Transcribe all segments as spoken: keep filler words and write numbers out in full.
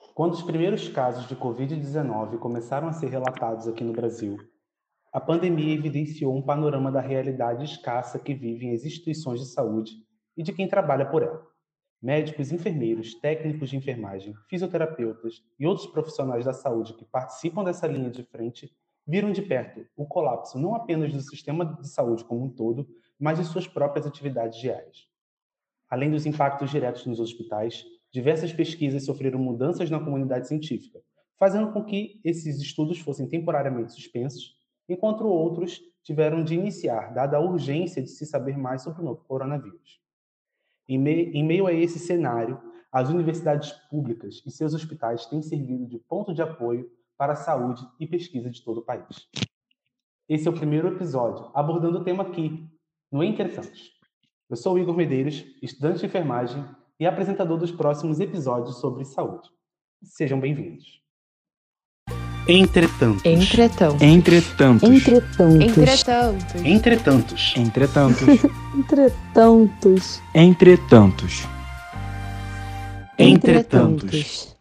Quando os primeiros casos de covid dezenove começaram a ser relatados aqui no Brasil, a pandemia evidenciou um panorama da realidade escassa que vivem as instituições de saúde e de quem trabalha por ela. Médicos, enfermeiros, técnicos de enfermagem, fisioterapeutas e outros profissionais da saúde que participam dessa linha de frente viram de perto o colapso não apenas do sistema de saúde como um todo, mas de suas próprias atividades diárias. Além dos impactos diretos nos hospitais, diversas pesquisas sofreram mudanças na comunidade científica, fazendo com que esses estudos fossem temporariamente suspensos, enquanto outros tiveram de iniciar, dada a urgência de se saber mais sobre o novo coronavírus. Em, me... em meio a esse cenário, as universidades públicas e seus hospitais têm servido de ponto de apoio para a saúde e pesquisa de todo o país. Esse é o primeiro episódio, abordando o tema aqui, no Entretantos. Eu sou o Igor Medeiros, estudante de enfermagem e apresentador dos próximos episódios sobre saúde. Sejam bem-vindos. Entretantos. Entretantos. Entretantos. Entretantos. Entretantos. Entretantos. Entretantos. Entretantos. Entretantos.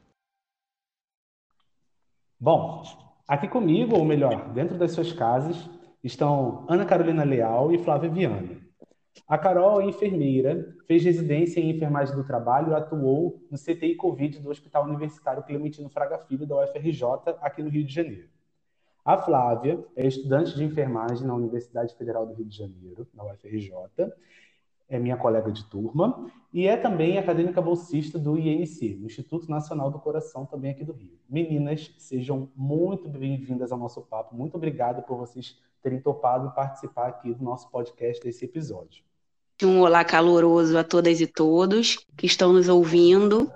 Bom, aqui comigo, ou melhor, dentro das suas casas, estão Ana Carolina Leal e Flávia Viana. A Carol é enfermeira, fez residência em enfermagem do trabalho e atuou no C T I Covid do Hospital Universitário Clementino Fraga Filho da U F R J, aqui no Rio de Janeiro. A Flávia é estudante de enfermagem na Universidade Federal do Rio de Janeiro, na U F R J, é minha colega de turma, e é também acadêmica bolsista do I N C, no Instituto Nacional do Coração, também aqui do Rio. Meninas, sejam muito bem-vindas ao nosso papo. Muito obrigado por vocês terem topado participar aqui do nosso podcast desse episódio. Um olá caloroso a todas e todos que estão nos ouvindo.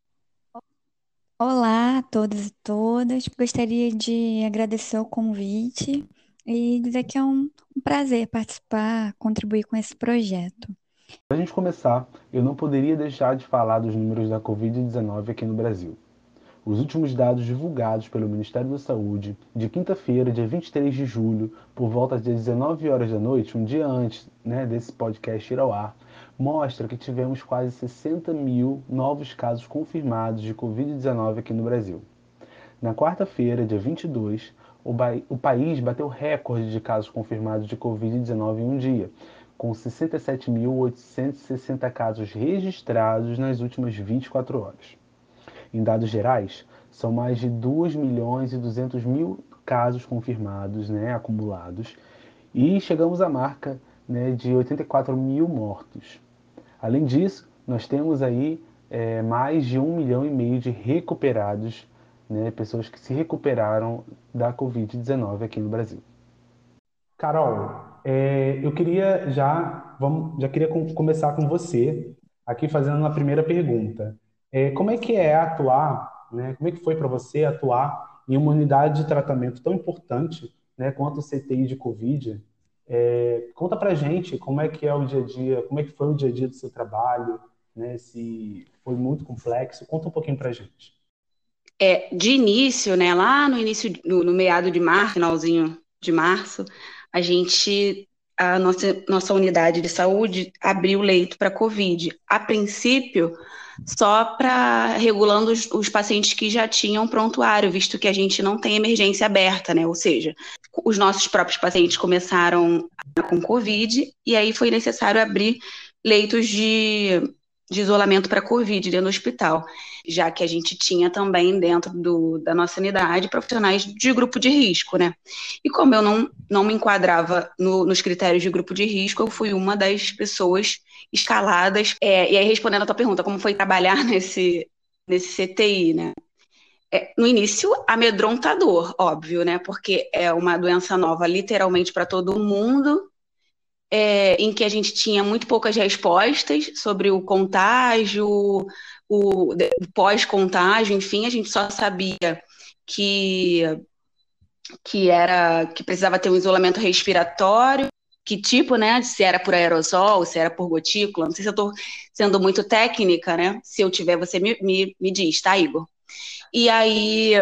Olá a todos e todas. Gostaria de agradecer o convite e dizer que é um, um prazer participar, contribuir com esse projeto. Para a gente começar, eu não poderia deixar de falar dos números da covid dezenove aqui no Brasil. Os últimos dados divulgados pelo Ministério da Saúde, de quinta-feira, dia vinte e três de julho, por volta das dezenove horas da noite, um dia antes, né, desse podcast ir ao ar, mostra que tivemos quase sessenta mil novos casos confirmados de covid dezenove aqui no Brasil. Na quarta-feira, dia vinte e dois, o, ba- o país bateu recorde de casos confirmados de covid dezenove em um dia, com sessenta e sete mil oitocentos e sessenta casos registrados nas últimas vinte e quatro horas. Em dados gerais, são mais de dois milhões e duzentos mil casos confirmados, né, acumulados, e chegamos à marca, né, de oitenta e quatro mil mortos. Além disso, nós temos aí é, mais de um milhão e meio de recuperados, né, pessoas que se recuperaram da covid dezenove aqui no Brasil. Carol, é, eu queria já, vamos, já queria com- começar com você, aqui fazendo uma primeira pergunta. É, como é que é atuar, né, como é que foi para você atuar em uma unidade de tratamento tão importante, né, quanto o C T I de Covid? É, conta pra gente como é que é o dia a dia, como é que foi o dia a dia do seu trabalho, né, se foi muito complexo. Conta um pouquinho pra gente. É, de início, né, lá no início, no, no meado de março, finalzinho de março, a gente, a nossa, nossa unidade de saúde abriu leito para Covid. A princípio, só para regulando os, os pacientes que já tinham prontuário, visto que a gente não tem emergência aberta, né? Ou seja, os nossos próprios pacientes começaram com Covid e aí foi necessário abrir leitos de, de isolamento para Covid dentro do hospital, já que a gente tinha também dentro do, da nossa unidade profissionais de grupo de risco, né? E como eu não, não me enquadrava no, nos critérios de grupo de risco, eu fui uma das pessoas escaladas. É, e aí, respondendo a tua pergunta, como foi trabalhar nesse, nesse C T I, né? É, no início, amedrontador, óbvio, né? Porque é uma doença nova, literalmente, para todo mundo, é, em que a gente tinha muito poucas respostas sobre o contágio, o, o pós-contágio, enfim, a gente só sabia que, que, era, que precisava ter um isolamento respiratório, que tipo, né, se era por aerossol, se era por gotícula, não sei se eu estou sendo muito técnica, né? Se eu tiver, você me, me, me diz, tá, Igor? E aí,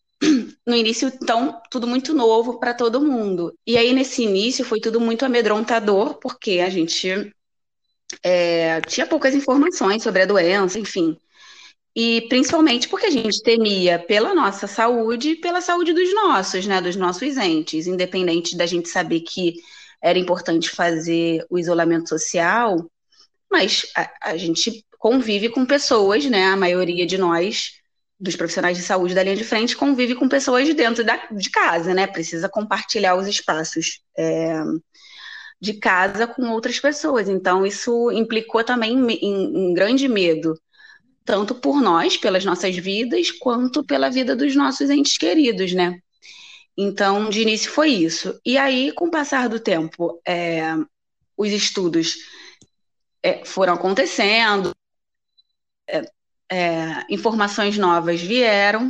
no início, então, tudo muito novo para todo mundo. E aí, nesse início, foi tudo muito amedrontador, porque a gente é, tinha poucas informações sobre a doença, enfim. E principalmente porque a gente temia pela nossa saúde e pela saúde dos nossos, né, dos nossos entes, independente da gente saber que era importante fazer o isolamento social, mas a, a gente convive com pessoas, né, a maioria de nós, dos profissionais de saúde da linha de frente, convive com pessoas dentro da, de casa, né, precisa compartilhar os espaços é, de casa com outras pessoas, então isso implicou também em, em grande medo, tanto por nós, pelas nossas vidas, quanto pela vida dos nossos entes queridos, né? Então, de início foi isso. E aí, com o passar do tempo, é, os estudos é, foram acontecendo, é, é, informações novas vieram,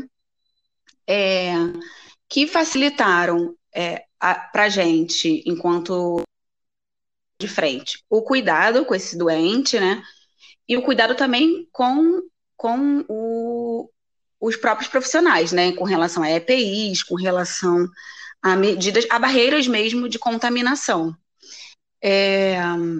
é, que facilitaram para a gente, enquanto de frente, o cuidado com esse doente, né? E o cuidado também com, com o, os próprios profissionais, né? Com relação a E P Is, com relação a medidas, a barreiras mesmo de contaminação. É,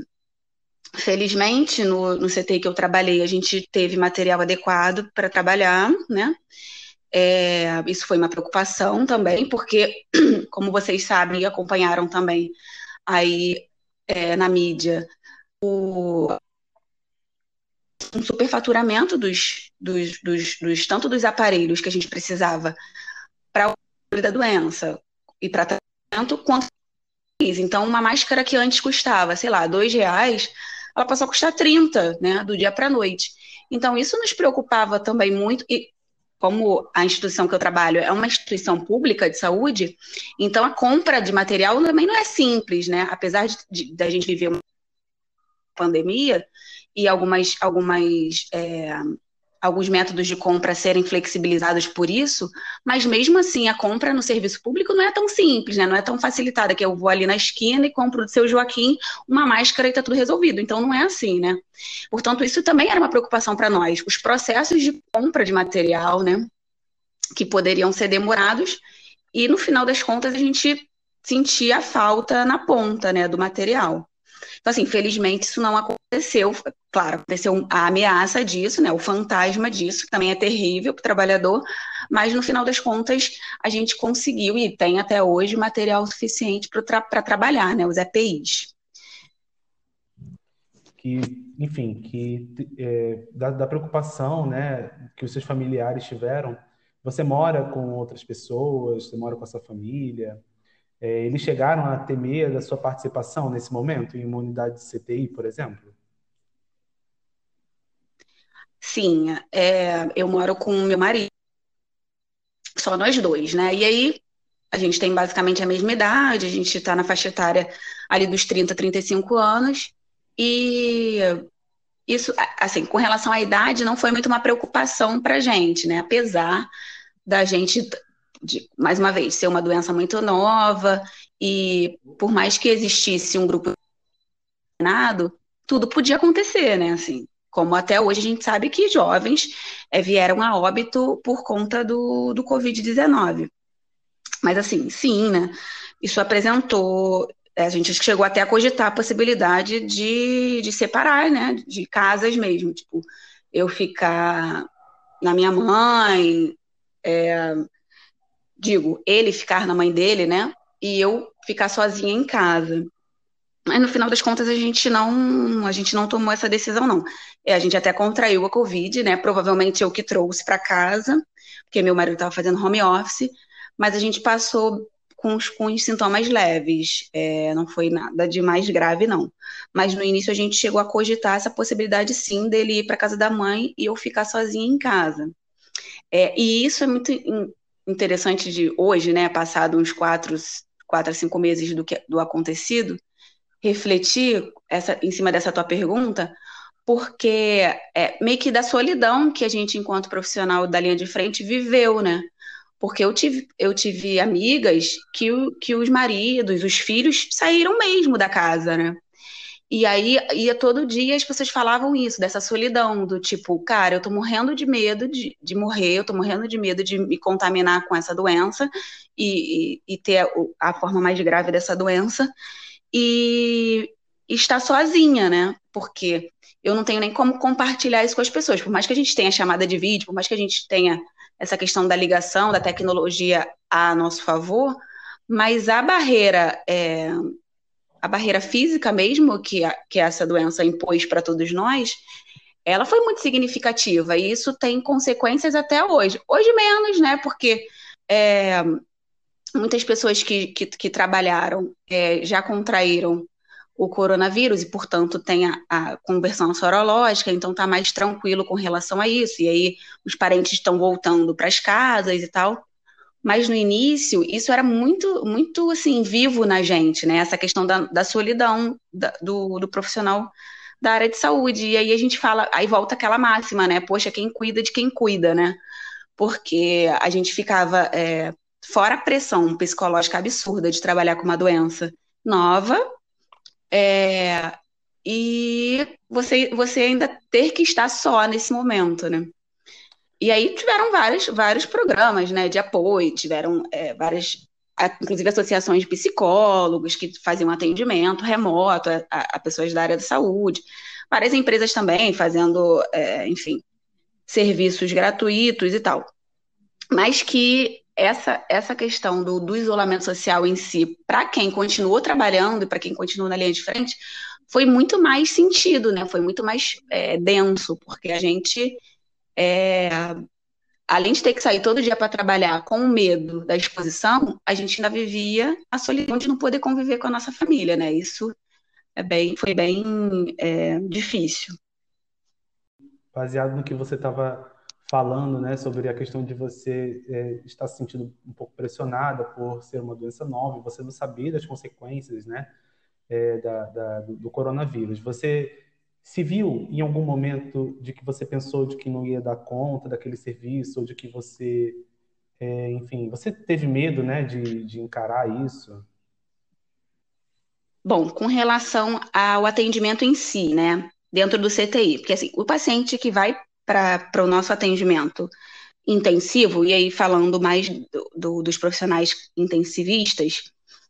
felizmente, no, no C T I que eu trabalhei, a gente teve material adequado para trabalhar, né? É, isso foi uma preocupação também, porque, como vocês sabem e acompanharam também aí é, na mídia, o um superfaturamento dos, dos, dos, dos, tanto dos aparelhos que a gente precisava para o controle da doença e para tratamento, quanto então uma máscara que antes custava, sei lá, dois reais, ela passou a custar trinta, né, do dia para a noite. Então isso nos preocupava também muito, e como a instituição que eu trabalho é uma instituição pública de saúde, então a compra de material também não é simples, né, apesar de, de a gente viver uma pandemia, e algumas, algumas, é, alguns métodos de compra serem flexibilizados por isso, mas mesmo assim a compra no serviço público não é tão simples, né? Não é tão facilitada, que eu vou ali na esquina e compro do seu Joaquim uma máscara e está tudo resolvido. Então não é assim, né? Portanto, isso também era uma preocupação para nós. Os processos de compra de material, né? Que poderiam ser demorados, e no final das contas a gente sentia a falta na ponta, né, do material. Então, assim, felizmente isso não aconteceu. Claro, aconteceu a ameaça disso, né? O fantasma disso, que também é terrível para o trabalhador, mas no final das contas a gente conseguiu e tem até hoje material suficiente para tra trabalhar, né? Os E P Is. Que, enfim, que é, da, da preocupação, né, que os seus familiares tiveram. Você mora com outras pessoas, você mora com a sua família. É, eles chegaram a temer da sua participação nesse momento, em uma unidade de C T I, por exemplo? Sim, é, eu moro com meu marido, só nós dois, né? E aí a gente tem basicamente a mesma idade, a gente está na faixa etária ali dos trinta, trinta e cinco anos, e isso, assim, com relação à idade, não foi muito uma preocupação para a gente, né? Apesar da gente, de, mais uma vez, ser uma doença muito nova, e por mais que existisse um grupo vacinado, tudo podia acontecer, né? Assim, como até hoje a gente sabe que jovens é, vieram a óbito por conta do, do covid dezenove. Mas assim, sim, né? Isso apresentou, a gente chegou até a cogitar a possibilidade de, de separar, né? De casas mesmo, tipo, eu ficar na minha mãe, é, digo, ele ficar na mãe dele, né? E eu ficar sozinha em casa. Mas no final das contas a gente não, a gente não tomou essa decisão, não. É, a gente até contraiu a Covid, né? Provavelmente eu que trouxe para casa, porque meu marido estava fazendo home office, mas a gente passou com os, com os sintomas leves. É, não foi nada de mais grave, não. Mas no início a gente chegou a cogitar essa possibilidade, sim, dele ir para casa da mãe e eu ficar sozinha em casa. É, e isso é muito interessante de hoje, né? Passado uns quatro, quatro a cinco meses do, que, do acontecido, refletir essa, em cima dessa tua pergunta, porque é meio que da solidão que a gente, enquanto profissional da linha de frente, viveu, né? Porque eu tive, eu tive amigas que, que os maridos, os filhos, saíram mesmo da casa, né? E aí, ia todo dia as pessoas falavam isso, dessa solidão, do tipo, cara, eu tô morrendo de medo de, de morrer, eu tô morrendo de medo de me contaminar com essa doença e, e, e ter a, a forma mais grave dessa doença, e estar sozinha, né? Porque eu não tenho nem como compartilhar isso com as pessoas. Por mais que a gente tenha chamada de vídeo, por mais que a gente tenha essa questão da ligação, da tecnologia a nosso favor, mas a barreira, é, a barreira física mesmo que, a, que essa doença impôs para todos nós, ela foi muito significativa, e isso tem consequências até hoje. Hoje menos, né, porque é, muitas pessoas que, que, que trabalharam é, já contraíram o coronavírus e, portanto, tem a, a conversão sorológica, então está mais tranquilo com relação a isso, e aí os parentes estão voltando para as casas e tal. Mas no início, isso era muito, muito assim, vivo na gente, né? Essa questão da, da solidão da, do, do profissional da área de saúde. E aí a gente fala, aí volta aquela máxima, né? Poxa, quem cuida de quem cuida, né? Porque a gente ficava é, fora a pressão psicológica absurda de trabalhar com uma doença nova, é, e você, você ainda ter que estar só nesse momento, né? E aí tiveram vários, vários programas, né, de apoio, tiveram é, várias, inclusive associações de psicólogos que faziam atendimento remoto a, a pessoas da área da saúde, várias empresas também fazendo, é, enfim, serviços gratuitos e tal. Mas que essa, essa questão do, do isolamento social em si, para quem continuou trabalhando e para quem continuou na linha de frente, foi muito mais sentido, né? Foi muito mais é, denso, porque a gente, é, além de ter que sair todo dia para trabalhar com o medo da exposição, a gente ainda vivia a solidão de não poder conviver com a nossa família, né? Isso é bem, foi bem é, difícil. Baseado no que você estava falando, né, sobre a questão de você é, estar se sentindo um pouco pressionada por ser uma doença nova, você não saber das consequências, né, é, da, da, do, do coronavírus. Você se viu em algum momento de que você pensou de que não ia dar conta daquele serviço, ou de que você, é, enfim, você teve medo, né, de, de encarar isso? Bom, com relação ao atendimento em si, né, dentro do C T I, porque assim, o paciente que vai para o nosso atendimento intensivo, e aí falando mais do, do, dos profissionais intensivistas,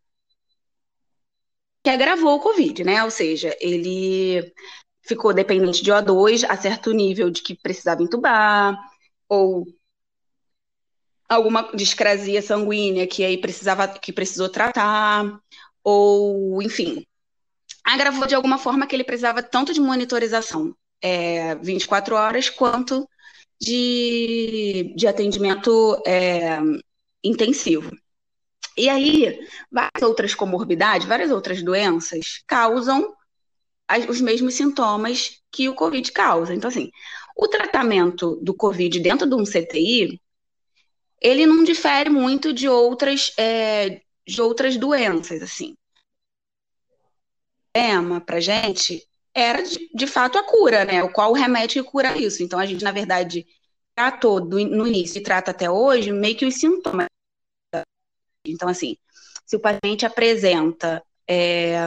que agravou o Covid, né? Ou seja, ele ficou dependente de O dois a certo nível de que precisava entubar, ou alguma discrasia sanguínea que aí precisava, que precisou tratar, ou, enfim, agravou de alguma forma que ele precisava tanto de monitorização é, vinte e quatro horas, quanto de, de atendimento é, intensivo. E aí, várias outras comorbidades, várias outras doenças causam as, os mesmos sintomas que o Covid causa. Então, assim, o tratamento do Covid dentro de um C T I, ele não difere muito de outras, é, de outras doenças, assim. O problema pra gente era, de, de fato, a cura, né? Qual o remédio que cura isso? Então, a gente, na verdade, tratou do, no início e trata até hoje meio que os sintomas. Então, assim, se o paciente apresenta é,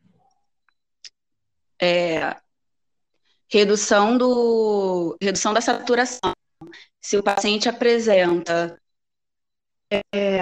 é, redução, do, redução da saturação, se o paciente apresenta é,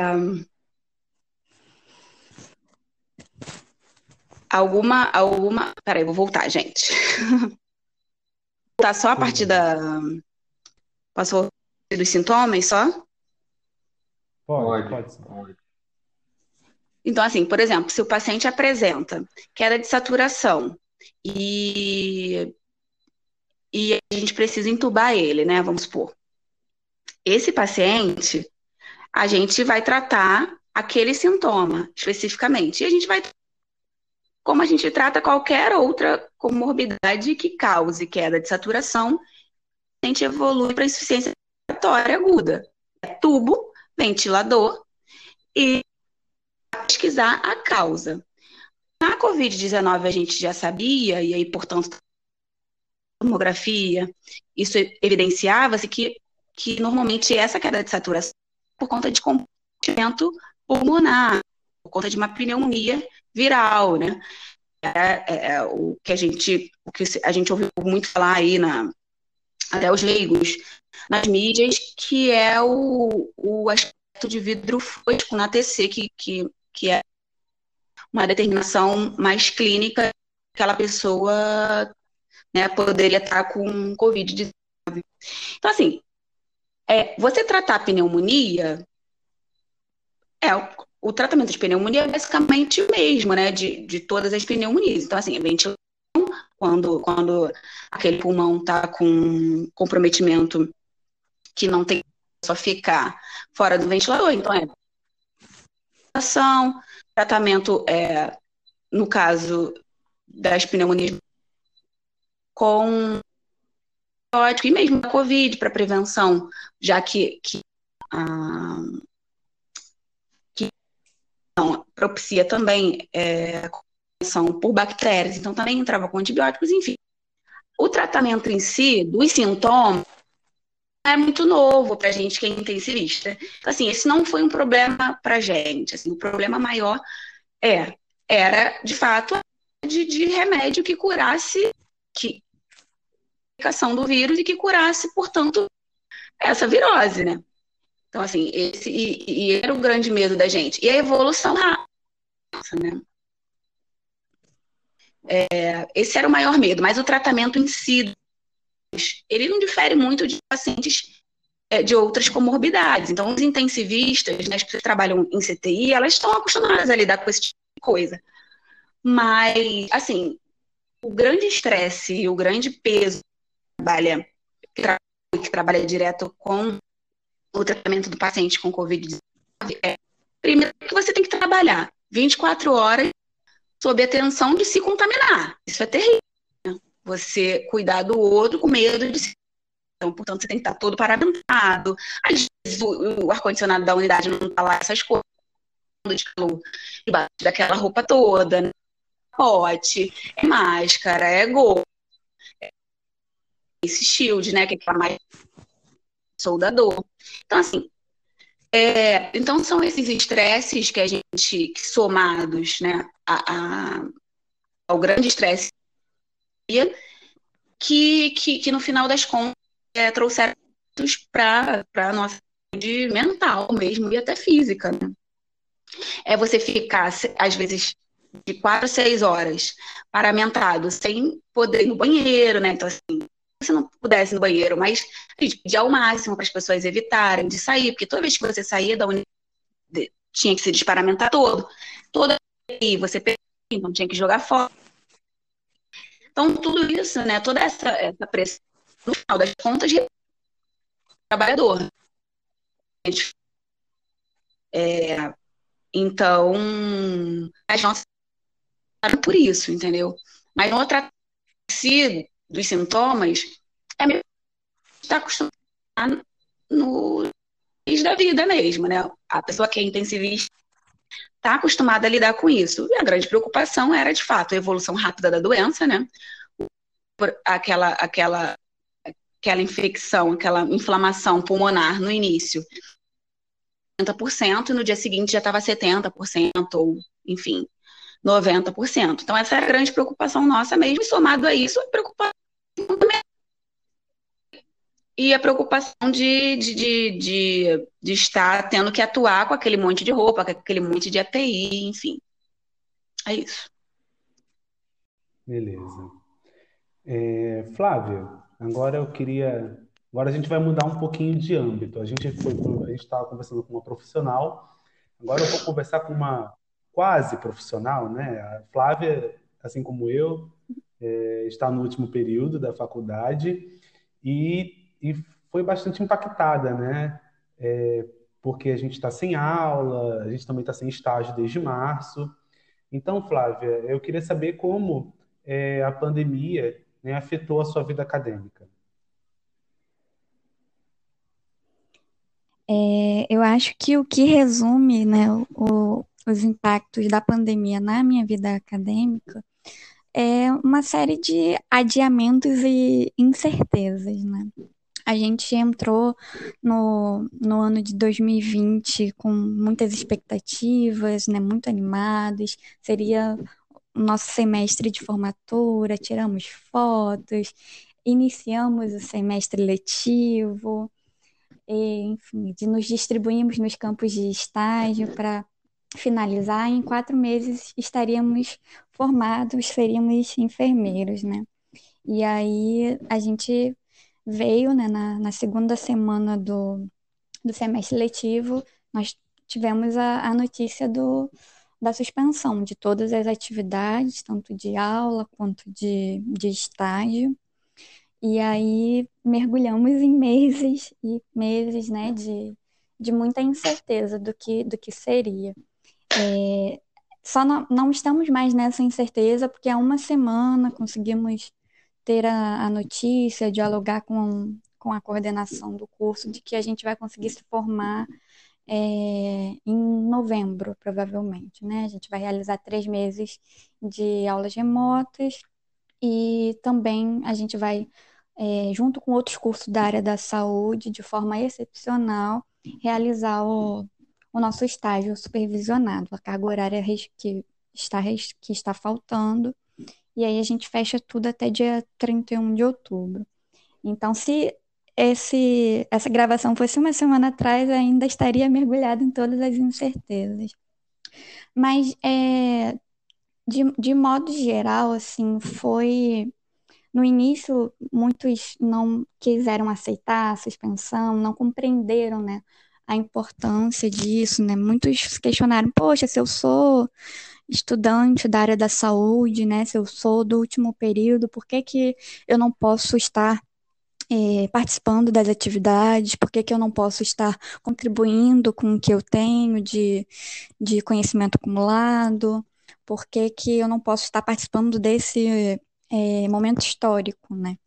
alguma, alguma... Peraí, vou voltar, gente. Voltar só a partir da... Posso voltar dos sintomas só? Pode, pode sim. Então, assim, por exemplo, se o paciente apresenta queda de saturação e, e a gente precisa entubar ele, né? Vamos supor. Esse paciente, a gente vai tratar aquele sintoma especificamente. E a gente vai, como a gente trata qualquer outra comorbidade que cause queda de saturação, a gente evolui para insuficiência respiratória aguda. É tubo, ventilador e pesquisar a causa. Na covid dezenove a gente já sabia, e aí, portanto, tomografia, isso evidenciava-se que, que normalmente essa queda de saturação é por conta de comprometimento pulmonar, por conta de uma pneumonia viral, né? É, é, o que a gente, o que a gente ouviu muito falar aí, na, até os leigos, nas mídias, que é o, o aspecto de vidro fosco na T C, que, que que é uma determinação mais clínica que aquela pessoa né, poderia estar com covid dezenove. Então, assim, é, você tratar a pneumonia, é, o, o tratamento de pneumonia é basicamente o mesmo, né, de, de todas as pneumonias. Então, assim, a ventilação, quando, quando aquele pulmão está com comprometimento que não tem só ficar fora do ventilador, então é ventilação, tratamento, é, no caso das pneumonias com antibiótico, e mesmo a Covid para prevenção, já que, que, a, que não, propicia também é, contaminação por bactérias, então também entrava com antibióticos, enfim. O tratamento em si, dos sintomas, é muito novo para a gente que é intensivista. Então, assim, esse não foi um problema para a gente. Assim, o problema maior é, era, de fato, de, de remédio que curasse que, a aplicação do vírus e que curasse, portanto, essa virose, né? Então, assim, esse e, e era o grande medo da gente. E a evolução rápida, né? É, esse era o maior medo, mas o tratamento em si, ele não difere muito de pacientes é, de outras comorbidades. Então, os intensivistas, né, as que trabalham em C T I, elas estão acostumadas a lidar com esse tipo de coisa. Mas, assim, o grande estresse e o grande peso que trabalha, que, tra que trabalha direto com o tratamento do paciente com covid dezenove é, primeiro, que você tem que trabalhar vinte e quatro horas sob a tensão de se contaminar. Isso é terrível. Você cuidar do outro com medo de se... Então, portanto, você tem que estar todo paramentado. Às vezes o, o ar-condicionado da unidade não está lá, essas coisas de calor, debaixo daquela roupa toda, né? Pote, é máscara, é gol, é esse shield, né? Que é aquela mais soldador. Então, assim, é, então são esses estresses que a gente, que somados, né, a, a, ao grande estresse que, que, que no final das contas é, trouxeram para a nossa saúde mental mesmo e até física, né? É você ficar, às vezes, de quatro a seis horas paramentado, sem poder ir no banheiro, né? Então, assim, se não pudesse ir no banheiro, mas a gente pedia ao máximo para as pessoas evitarem de sair, porque toda vez que você saía da unidade, tinha que se desparamentar todo. Toda vez você perdia, então tinha que jogar fora. Então, tudo isso, né? Toda essa, essa pressão, no final das contas, de trabalhador. É, então, as nossas por isso, entendeu? Mas no tratamento dos sintomas, é mesmo estar acostumado no mês da vida mesmo, né? A pessoa que é intensivista está acostumada a lidar com isso. E a grande preocupação era, de fato, a evolução rápida da doença, né? Aquela, aquela, aquela infecção, aquela inflamação pulmonar no início, oitenta por cento, e no dia seguinte já estava setenta por cento, ou, enfim, noventa por cento. Então, essa era a grande preocupação nossa mesmo, e somado a isso, a preocupação também. E a preocupação de, de, de, de, de estar tendo que atuar com aquele monte de roupa, com aquele monte de A P I, enfim. É isso. Beleza. É, Flávia, agora eu queria... Agora a gente vai mudar um pouquinho de âmbito. A gente foi, a gente estava conversando com uma profissional, agora eu vou conversar com uma quase profissional, né? A Flávia, assim como eu, é, está no último período da faculdade e, e foi bastante impactada, né? É, porque a gente está sem aula, a gente também está sem estágio desde março. Então, Flávia, eu queria saber como é, a pandemia, né, afetou a sua vida acadêmica. É, eu acho que o que resume, né, o- os impactos da pandemia na minha vida acadêmica é uma série de adiamentos e incertezas, né? A gente entrou no, no ano de dois mil e vinte com muitas expectativas, né, muito animados. Seria o nosso semestre de formatura, tiramos fotos, iniciamos o semestre letivo, e, enfim, de nos distribuímos nos campos de estágio para finalizar. Em quatro meses estaríamos formados, seríamos enfermeiros, né? E aí a gente veio, né, na, na segunda semana do, do semestre letivo, nós tivemos a, a notícia do, da suspensão de todas as atividades, tanto de aula quanto de, de estágio. E aí mergulhamos em meses e meses, né, de, de muita incerteza do que, do que seria. É, só não, não estamos mais nessa incerteza porque há uma semana conseguimos ter a, a notícia, dialogar com, com a coordenação do curso de que a gente vai conseguir se formar é, em novembro, provavelmente, né? A gente vai realizar três meses de aulas remotas e também a gente vai, é, junto com outros cursos da área da saúde, de forma excepcional, realizar o, o nosso estágio supervisionado, a carga horária res- que está, res- que está faltando, e aí a gente fecha tudo até dia trinta e um de outubro. Então, se esse, essa gravação fosse uma semana atrás, eu ainda estaria mergulhada em todas as incertezas. Mas, é, de, de modo geral, assim, foi. No início, muitos não quiseram aceitar a suspensão, não compreenderam, né, a importância disso, né? Muitos se questionaram, poxa, se eu sou estudante da área da saúde, né, se eu sou do último período, por que que eu não posso estar eh, participando das atividades? Por que que eu não posso estar contribuindo com o que eu tenho de, de conhecimento acumulado? Por que que eu não posso estar participando desse eh, momento histórico, né?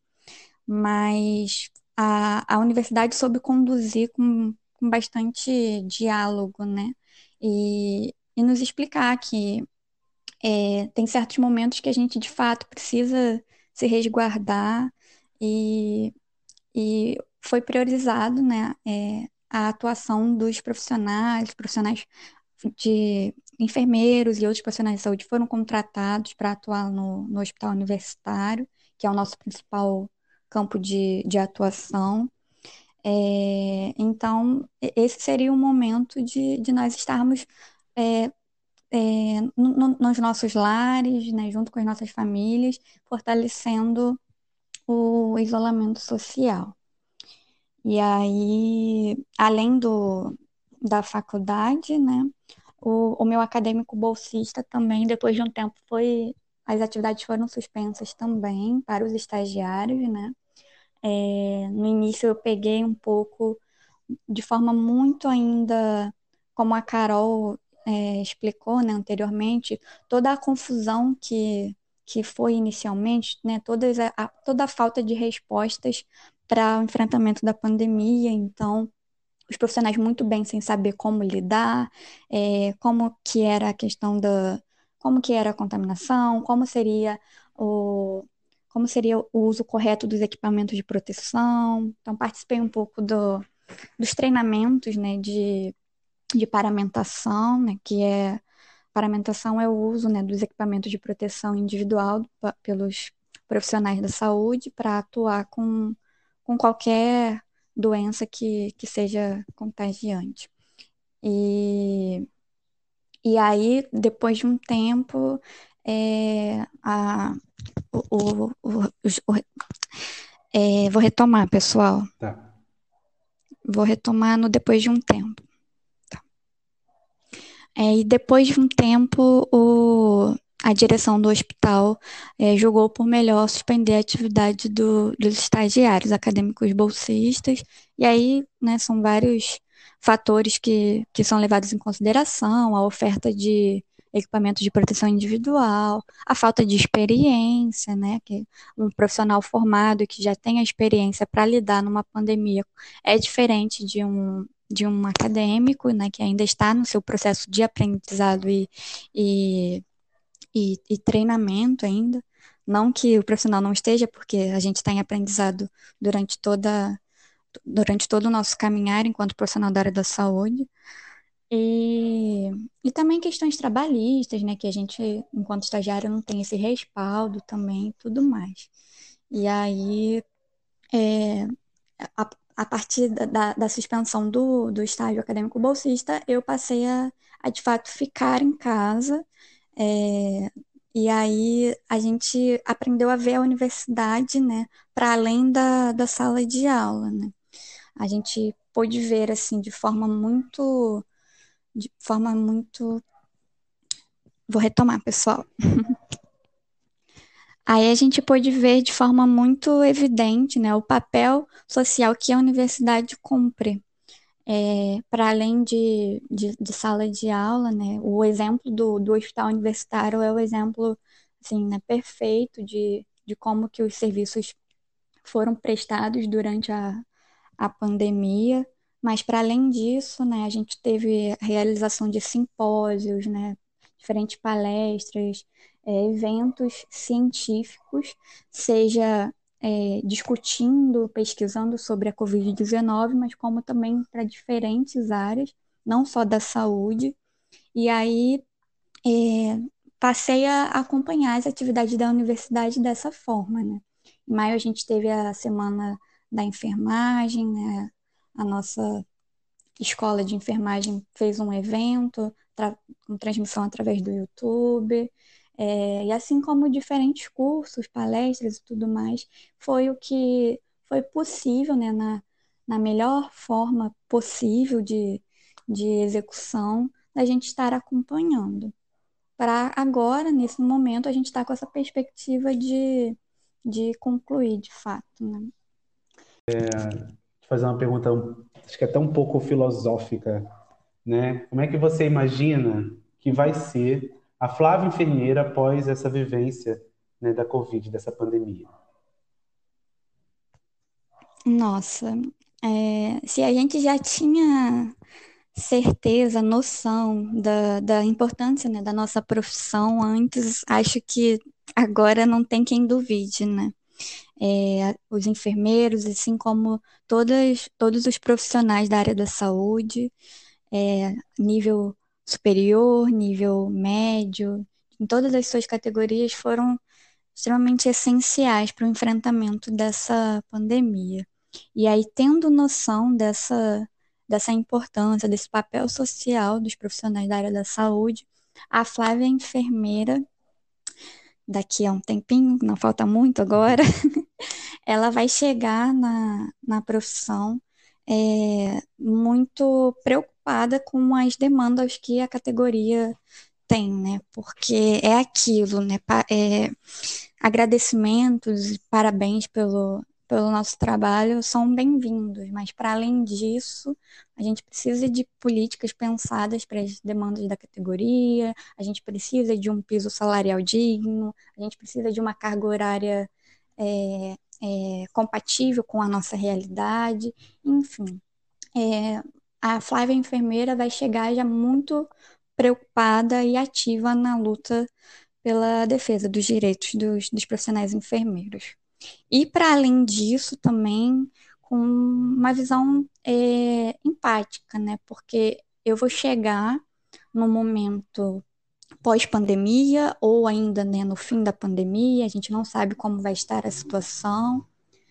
Mas a, a universidade soube conduzir com, com bastante diálogo, né? E, e nos explicar que é, tem certos momentos que a gente de fato precisa se resguardar e, e foi priorizado, né, é, a atuação dos profissionais, profissionais de enfermeiros e outros profissionais de saúde foram contratados para atuar no, no hospital universitário, que é o nosso principal campo de, de atuação. É, então, e- esse seria o momento de, de nós estarmos é, é, no- no- nos nossos lares, né, junto com as nossas famílias, fortalecendo o isolamento social. E aí, além do, da faculdade, né, o, o meu acadêmico bolsista também, depois de um tempo, foi, as atividades foram suspensas também para os estagiários, né. É, no início eu peguei um pouco de forma muito ainda, como a Carol é, explicou, né, anteriormente, toda a confusão que, que foi inicialmente, né, todas a, a- toda a falta de respostas para o enfrentamento da pandemia. Então, os profissionais muito bem sem saber como lidar, é, como que era a questão da, como que era a contaminação, como seria o, como seria o uso correto dos equipamentos de proteção. Então, participei um pouco do, dos treinamentos, né, de, de paramentação, né, que é paramentação é o uso, né, dos equipamentos de proteção individual pa- pelos profissionais da saúde para atuar com, com qualquer doença que, que seja contagiante. E, e aí, depois de um tempo, é, a, o, o, o, os- o- é, vou retomar, pessoal. Tá. Vou retomar no depois de um tempo. É, e depois de um tempo, o, a direção do hospital é, julgou por melhor suspender a atividade do- dos estagiários acadêmicos bolsistas. E aí, né, são vários fatores que, que são levados em consideração, a oferta de equipamentos de proteção individual, a falta de experiência, né, que um profissional formado que já tem a experiência para lidar numa pandemia é diferente de um de um acadêmico, né, que ainda está no seu processo de aprendizado e, e, e, e treinamento ainda. Não que o profissional não esteja, porque a gente está em aprendizado durante toda, durante todo o nosso caminhar enquanto profissional da área da saúde. E, e também questões trabalhistas, né, que a gente, enquanto estagiário, não tem esse respaldo também e tudo mais. E aí, é, a, a partir da, da, da suspensão do, do estágio acadêmico bolsista, eu passei a, a, de fato, ficar em casa, é, E aí a gente aprendeu a ver a universidade, né, para além da, da sala de aula, né? A gente pôde ver assim de forma muito, de forma muito. Vou retomar, pessoal. Aí a gente pôde ver de forma muito evidente, né, o papel social que a universidade cumpre. É, para além de, de, de sala de aula, né, o exemplo do, do hospital universitário é o exemplo assim, né, perfeito de, de como que os serviços foram prestados durante a, a pandemia. Mas para além disso, né, a gente teve a realização de simpósios, né, diferentes palestras, é, eventos científicos, seja é, discutindo, pesquisando sobre a covid dezenove, mas como também para diferentes áreas, não só da saúde. E aí é, passei a acompanhar as atividades da universidade dessa forma, né? Em maio a gente teve a semana da enfermagem, né? A nossa escola de enfermagem fez um evento tra com transmissão através do YouTube, é, e assim como diferentes cursos, palestras e tudo mais, foi o que foi possível, né, na, na melhor forma possível de, de execução, da gente estar acompanhando. Para agora, nesse momento, a gente está com essa perspectiva de, de concluir de fato, né? Vou fazer uma pergunta, acho que até um pouco filosófica, né? Como é que você imagina que vai ser a Flávia enfermeira após essa vivência, né, da Covid, dessa pandemia? Nossa, é, se a gente já tinha certeza, noção da, da importância, né, da nossa profissão antes, acho que agora não tem quem duvide, né? É, os enfermeiros, assim como todas, todos os profissionais da área da saúde, é, nível superior, nível médio, em todas as suas categorias foram extremamente essenciais para o enfrentamento dessa pandemia. E aí, tendo noção dessa, dessa importância, desse papel social dos profissionais da área da saúde, a Flávia é enfermeira, daqui a um tempinho, não falta muito agora, ela vai chegar na, na profissão é, muito preocupada com as demandas que a categoria tem, né? Porque é aquilo, né? Pa- é, agradecimentos e parabéns pelo, pelo nosso trabalho são bem-vindos, mas para além disso, a gente precisa de políticas pensadas para as demandas da categoria, a gente precisa de um piso salarial digno, a gente precisa de uma carga horária é, é, compatível com a nossa realidade, enfim. É, a Flávia enfermeira vai chegar já muito preocupada e ativa na luta pela defesa dos direitos dos, dos profissionais enfermeiros. E, para além disso, também com uma visão é, empática, né? Porque eu vou chegar no momento pós-pandemia ou ainda, né, no fim da pandemia, a gente não sabe como vai estar a situação,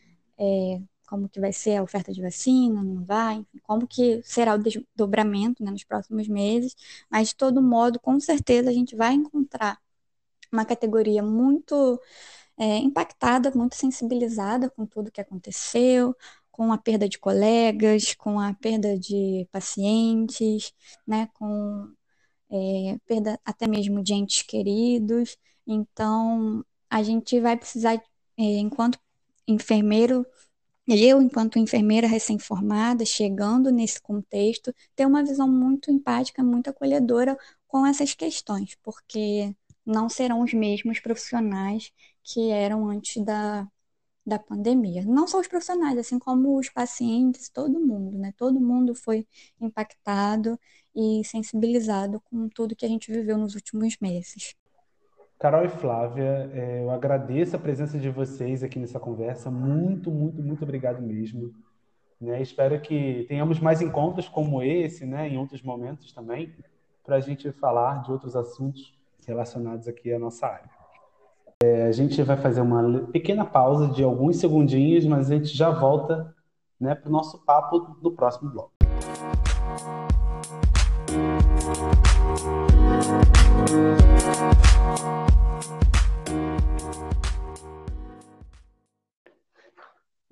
é, como que vai ser a oferta de vacina, não vai, enfim, como que será o desdobramento, né, nos próximos meses, mas de todo modo, com certeza a gente vai encontrar uma categoria muito é, impactada, muito sensibilizada com tudo que aconteceu, com a perda de colegas, com a perda de pacientes, né, com é, perda até mesmo de entes queridos. Então, a gente vai precisar, é, enquanto enfermeiro, eu, enquanto enfermeira recém-formada, chegando nesse contexto, ter uma visão muito empática, muito acolhedora com essas questões, porque não serão os mesmos profissionais que eram antes da, da pandemia. Não só os profissionais, assim como os pacientes, todo mundo, né? Todo mundo foi impactado e sensibilizado com tudo que a gente viveu nos últimos meses. Carol e Flávia, é, eu agradeço a presença de vocês aqui nessa conversa. Muito, muito, muito obrigado mesmo. Né? Espero que tenhamos mais encontros como esse, né, em outros momentos também, para a gente falar de outros assuntos relacionados aqui à nossa área. É, a gente vai fazer uma pequena pausa de alguns segundinhos, mas a gente já volta, né, para o nosso papo no próximo bloco.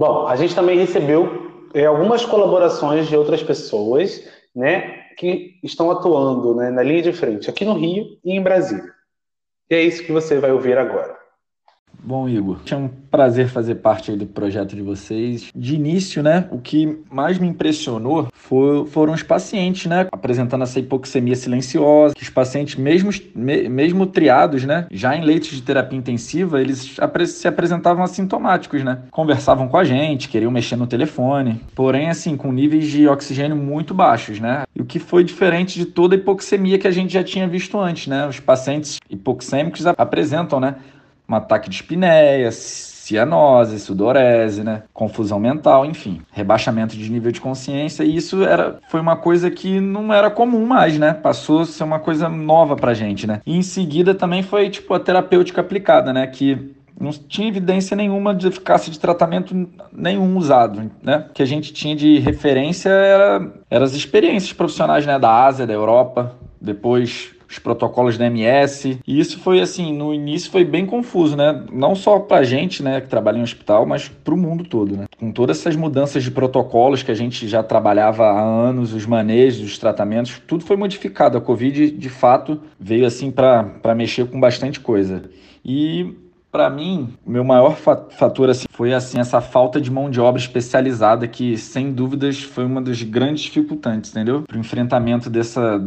Bom, a gente também recebeu é, algumas colaborações de outras pessoas, né, que estão atuando, né, na linha de frente aqui no Rio e em Brasília. E é isso que você vai ouvir agora. Bom, Igor, é um prazer fazer parte aí do projeto de vocês. De início, né, o que mais me impressionou foi, foram os pacientes, né, apresentando essa hipoxemia silenciosa, que os pacientes, mesmo, me, mesmo triados, né, já em leitos de terapia intensiva, eles apre- se apresentavam assintomáticos, né, conversavam com a gente, queriam mexer no telefone, porém, assim, com níveis de oxigênio muito baixos, né, e o que foi diferente de toda a hipoxemia que a gente já tinha visto antes, né, os pacientes hipoxêmicos apresentam, né, um ataque de espinéia, cianose, sudorese, né? Confusão mental, enfim, rebaixamento de nível de consciência, e isso era, foi uma coisa que não era comum mais, né? Passou a ser uma coisa nova pra gente, né? E em seguida também foi, tipo, a terapêutica aplicada, né? Que não tinha evidência nenhuma de eficácia de tratamento nenhum usado, né? O que a gente tinha de referência era, eram as experiências profissionais, né? Da Ásia, da Europa, depois os protocolos da M S, e isso foi assim, no início foi bem confuso, né? Não só pra gente, né, que trabalha em hospital, mas pro mundo todo, né? Com todas essas mudanças de protocolos que a gente já trabalhava há anos, os manejos, os tratamentos, tudo foi modificado. A Covid, de fato, veio assim para para mexer com bastante coisa. E para mim, o meu maior fator assim, foi assim, essa falta de mão de obra especializada que, sem dúvidas, foi uma das grandes dificultantes, entendeu? Para o enfrentamento dessa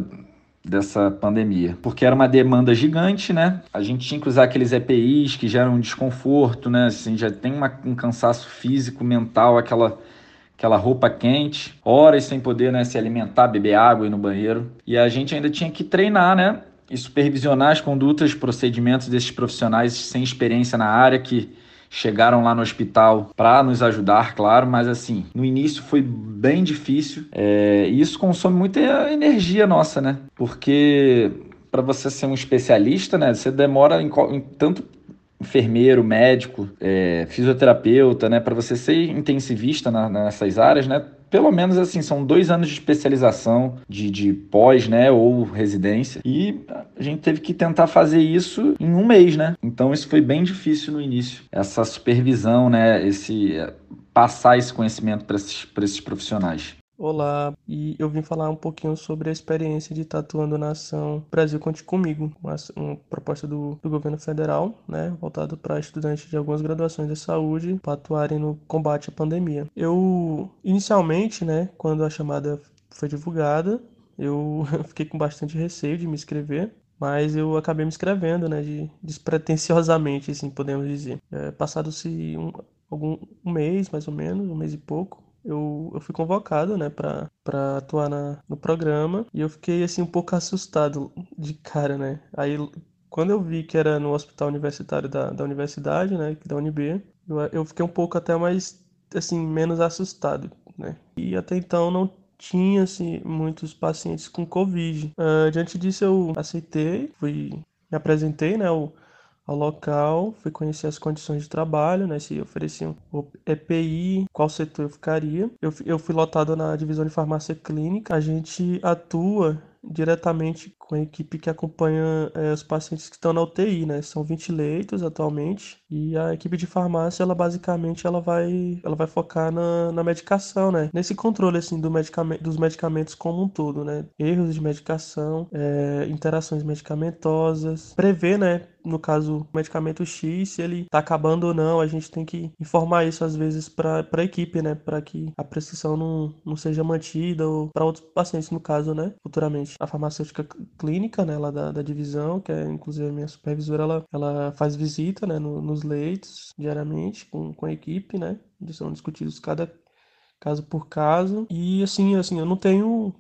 dessa pandemia, porque era uma demanda gigante, né? A gente tinha que usar aqueles E P Is que geram um desconforto, né? Assim, já tem uma, um cansaço físico, mental, aquela aquela roupa quente, horas sem poder, né, se alimentar, beber água e ir no banheiro. E a gente ainda tinha que treinar, né? E supervisionar as condutas, procedimentos desses profissionais sem experiência na área que chegaram lá no hospital para nos ajudar, claro, mas assim, no início foi bem difícil, é, e isso consome muita energia nossa, né? Porque para você ser um especialista, né, você demora em, em tanto enfermeiro, médico, é, fisioterapeuta, né, para você ser intensivista na, nessas áreas, né? Pelo menos assim, são dois anos de especialização, de, de pós, né, ou residência. E a gente teve que tentar fazer isso em um mês, né? Então isso foi bem difícil no início. Essa supervisão, né, esse passar esse conhecimento para esses, para esses profissionais. Olá, e eu vim falar um pouquinho sobre a experiência de estar atuando na ação Brasil Conte Comigo, uma, uma proposta do, do governo federal, né, voltado para estudantes de algumas graduações de saúde para atuarem no combate à pandemia. Eu, inicialmente, né, quando a chamada foi divulgada, eu fiquei com bastante receio de me inscrever, mas eu acabei me inscrevendo, né, de, despretensiosamente, assim, podemos dizer. É, Passado-se um, algum, um mês, mais ou menos, um mês e pouco, eu, eu fui convocado, né, para para atuar na, no programa, e eu fiquei, assim, um pouco assustado de cara, né. Aí, quando eu vi que era no hospital universitário da, da universidade, né, da U N B, eu, eu fiquei um pouco até mais, assim, menos assustado, né. E até então não tinha, assim, muitos pacientes com Covid. Uh, diante disso, eu aceitei, fui, me apresentei, né, ao, ao local, fui conhecer as condições de trabalho, né, se ofereciam o E P I, qual setor eu ficaria. Eu, eu fui lotado na divisão de farmácia clínica. A gente atua diretamente com a equipe que acompanha é, os pacientes que estão na U T I, né? São vinte leitos atualmente, e a equipe de farmácia, ela basicamente ela vai, ela vai focar na, na medicação, né? Nesse controle, assim, do medicamento, dos medicamentos como um todo, né? Erros de medicação, é, interações medicamentosas, prever, né? No caso, o medicamento X, se ele tá acabando ou não, a gente tem que informar isso às vezes para a equipe, né? Para que a prescrição não, não seja mantida, ou para outros pacientes, no caso, né? Futuramente. A farmacêutica clínica, né? Lá da, da divisão, que é inclusive a minha supervisora, ela, ela faz visita, né? No, nos leitos, diariamente, com, com a equipe, né? Eles são discutidos cada caso por caso. E assim, assim, eu não tenho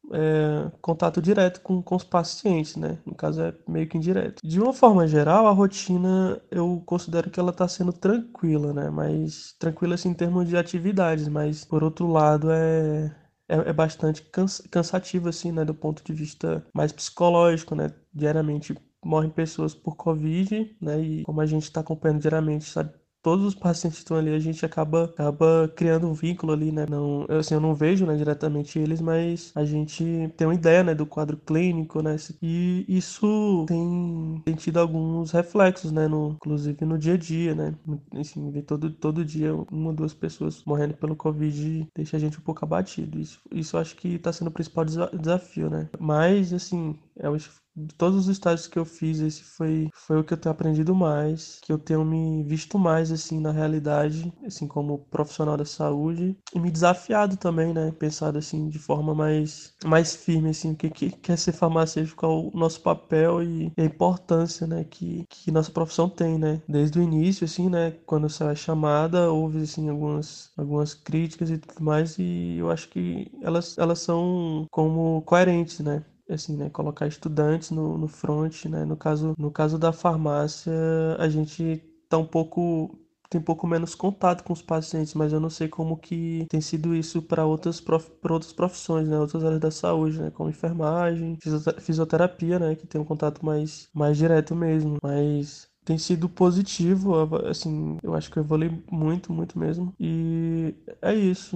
É, contato direto com, com os pacientes, né? No caso é meio que indireto. De uma forma geral, a rotina eu considero que ela está sendo tranquila, né? Mas tranquila assim em termos de atividades, mas por outro lado é é, é bastante cansa, cansativo assim, né? Do ponto de vista mais psicológico, né? Diariamente morrem pessoas por Covid, né? E como a gente está acompanhando diariamente, sabe? todos os pacientes que estão ali, a gente acaba, acaba criando um vínculo ali, né? Não, eu, assim, eu não vejo, né, diretamente eles, mas a gente tem uma ideia, né, do quadro clínico, né? E isso tem, tem tido alguns reflexos, né? No, inclusive no dia a dia, né? Assim, ver todo, todo dia uma ou duas pessoas morrendo pelo Covid deixa a gente um pouco abatido. Isso, isso eu acho que está sendo o principal desa- desafio, né? Mas, assim, é o de todos os estágios que eu fiz, esse foi, foi o que eu tenho aprendido mais, que eu tenho me visto mais, assim, na realidade, assim, como profissional da saúde, e me desafiado também, né, pensado, assim, de forma mais, mais firme, assim, o que, que quer ser farmacêutico, qual o nosso papel e a importância, né, que, que nossa profissão tem, né, desde o início, assim, né, quando você é chamada, houve, assim, algumas, algumas críticas e tudo mais, e eu acho que elas, elas são como coerentes, né, assim, né, colocar estudantes no, no front, né, no caso, no caso da farmácia, a gente tá um pouco, tem um pouco menos contato com os pacientes, mas eu não sei como que tem sido isso para outras, prof, para outras profissões, né, outras áreas da saúde, né, como enfermagem, fisio- fisioterapia, né, que tem um contato mais, mais direto mesmo, mas tem sido positivo, assim, eu acho que eu evolui muito, muito mesmo, e é isso.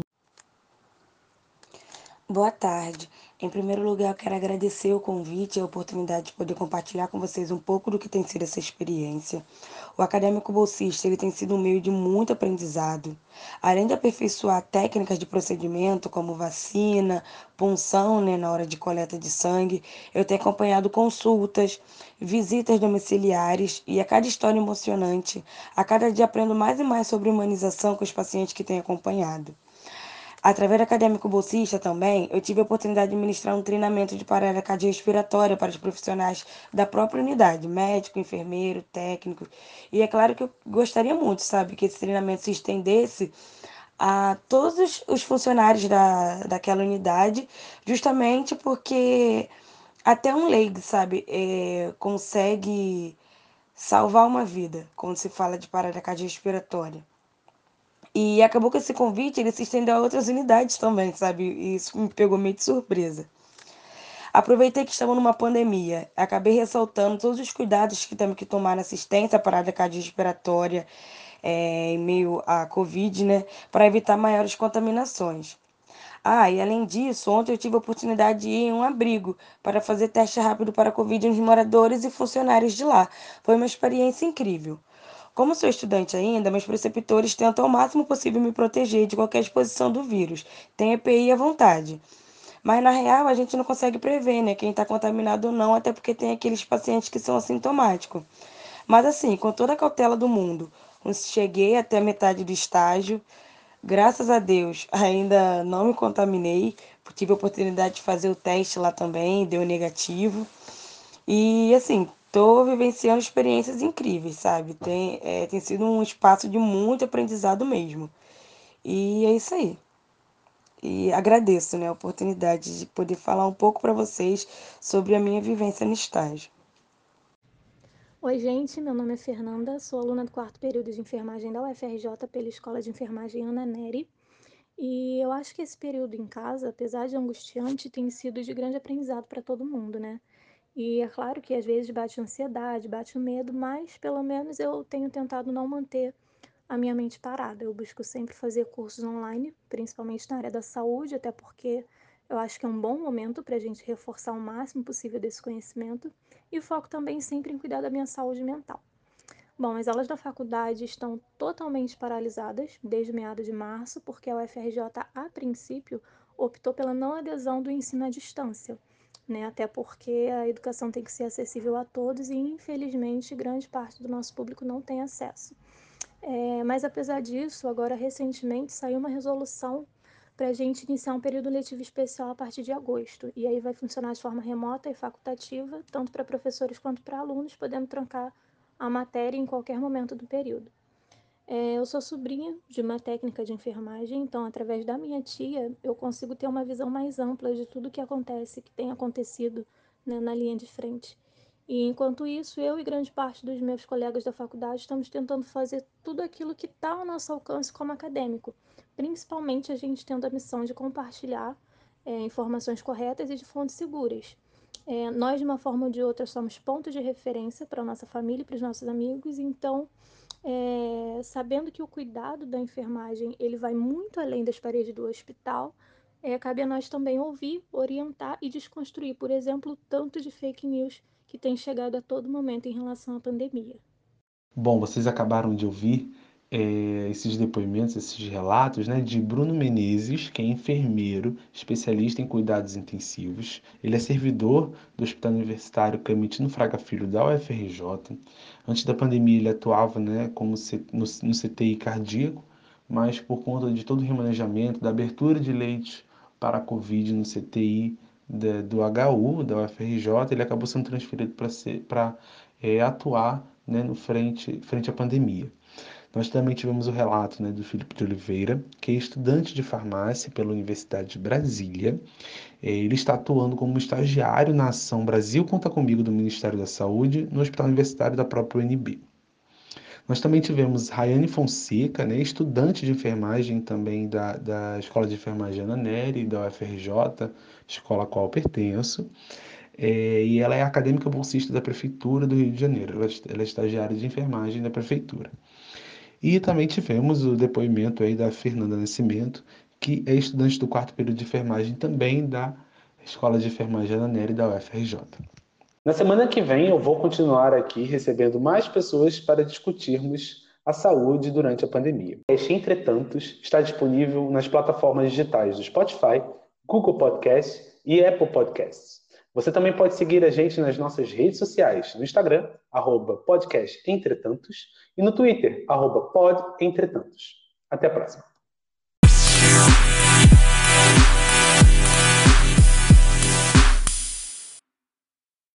Boa tarde. Em primeiro lugar, eu quero agradecer o convite e a oportunidade de poder compartilhar com vocês um pouco do que tem sido essa experiência. O acadêmico bolsista, ele tem sido um meio de muito aprendizado. Além de aperfeiçoar técnicas de procedimento, como vacina, punção, né, na hora de coleta de sangue, eu tenho acompanhado consultas, visitas domiciliares e a cada história emocionante, a cada dia aprendo mais e mais sobre humanização com os pacientes que tenho acompanhado. Através do acadêmico bolsista também, eu tive a oportunidade de ministrar um treinamento de parada cardiorrespiratória para os profissionais da própria unidade, médico, enfermeiro, técnico. E é claro que eu gostaria muito, sabe, que esse treinamento se estendesse a todos os, os funcionários da, daquela unidade, justamente porque até um leigo, sabe, é, consegue salvar uma vida quando se fala de parada cardiorrespiratória. E acabou que esse convite ele se estendeu a outras unidades também, sabe? E isso me pegou meio de surpresa. Aproveitei que estamos numa pandemia, acabei ressaltando todos os cuidados que temos que tomar na assistência à parada cardiorrespiratória é, em meio à Covid, né? Para evitar maiores contaminações. Ah, e além disso, ontem eu tive a oportunidade de ir em um abrigo para fazer teste rápido para a Covid nos moradores e funcionários de lá. Foi uma experiência incrível. Como sou estudante ainda, meus preceptores tentam ao máximo possível me proteger de qualquer exposição do vírus. Tem E P I à vontade. Mas na real a gente não consegue prever, né, quem está contaminado ou não, até porque tem aqueles pacientes que são assintomáticos. Mas assim, com toda a cautela do mundo, cheguei até a metade do estágio. Graças a Deus, ainda não me contaminei. Tive a oportunidade de fazer o teste lá também, deu negativo. E assim, tô vivenciando experiências incríveis, sabe? Tem, é, tem sido um espaço de muito aprendizado mesmo. E é isso aí. E agradeço, né, a oportunidade de poder falar um pouco para vocês sobre a minha vivência no estágio. Oi, gente, meu nome é Fernanda, sou aluna do quarto período de enfermagem da U F R J pela Escola de Enfermagem Ana Nery. E eu acho que esse período em casa, apesar de angustiante, tem sido de grande aprendizado para todo mundo, né? E é claro que às vezes bate ansiedade, bate o medo, mas pelo menos eu tenho tentado não manter a minha mente parada. Eu busco sempre fazer cursos online, principalmente na área da saúde, até porque eu acho que é um bom momento para a gente reforçar o máximo possível desse conhecimento. E foco também sempre em cuidar da minha saúde mental. Bom, as aulas da faculdade estão totalmente paralisadas desde meados de março, porque a U F R J, a princípio, optou pela não adesão do ensino à distância, né? Até porque a educação tem que ser acessível a todos e, infelizmente, grande parte do nosso público não tem acesso. É, mas, apesar disso, agora recentemente saiu uma resolução para a gente iniciar um período letivo especial a partir de agosto. E aí vai funcionar de forma remota e facultativa, tanto para professores quanto para alunos, podendo trancar a matéria em qualquer momento do período. É, eu sou sobrinha de uma técnica de enfermagem, então, através da minha tia, eu consigo ter uma visão mais ampla de tudo que acontece, que tem acontecido, né, na linha de frente. E enquanto isso, eu e grande parte dos meus colegas da faculdade estamos tentando fazer tudo aquilo que está ao nosso alcance como acadêmico, principalmente a gente tendo a missão de compartilhar é, informações corretas e de fontes seguras. É, nós, de uma forma ou de outra, somos ponto de referência para a nossa família e para os nossos amigos, então é, sabendo que o cuidado da enfermagem ele vai muito além das paredes do hospital, é, cabe a nós também ouvir, orientar e desconstruir, por exemplo, o tanto de fake news que tem chegado a todo momento em relação à pandemia. Bom, vocês acabaram de ouvir é, esses depoimentos, esses relatos, né, de Bruno Menezes, que é enfermeiro, especialista em cuidados intensivos. Ele é servidor do Hospital Universitário Clementino Fraga Filho da U F R J. Antes da pandemia, ele atuava, né, como C- no, no C T I cardíaco, mas por conta de todo o remanejamento, da abertura de leitos para a Covid no C T I da- do H U, da U F R J, ele acabou sendo transferido para é, atuar, né, no frente, frente à pandemia. Nós também tivemos o relato, né, do Felipe de Oliveira, que é estudante de farmácia pela Universidade de Brasília. É, Ele está atuando como estagiário na ação Brasil Conta Comigo do Ministério da Saúde, no Hospital Universitário da própria U N B. Nós também tivemos Rayane Fonseca, né, estudante de enfermagem também da, da Escola de Enfermagem Ana Nery, da U F R J, escola a qual eu pertenço. É, e ela é acadêmica bolsista da Prefeitura do Rio de Janeiro. Ela, ela é estagiária de enfermagem da Prefeitura. E também tivemos o depoimento aí da Fernanda Nascimento, que é estudante do quarto período de enfermagem também da Escola de Enfermagem Ana Nery da U F R J. Na semana que vem eu vou continuar aqui recebendo mais pessoas para discutirmos a saúde durante a pandemia. Este Entretantos está disponível nas plataformas digitais do Spotify, Google Podcasts e Apple Podcasts. Você também pode seguir a gente nas nossas redes sociais, no Instagram, arroba podcast Entretantos, e no Twitter, arroba pod Entretantos. Até a próxima.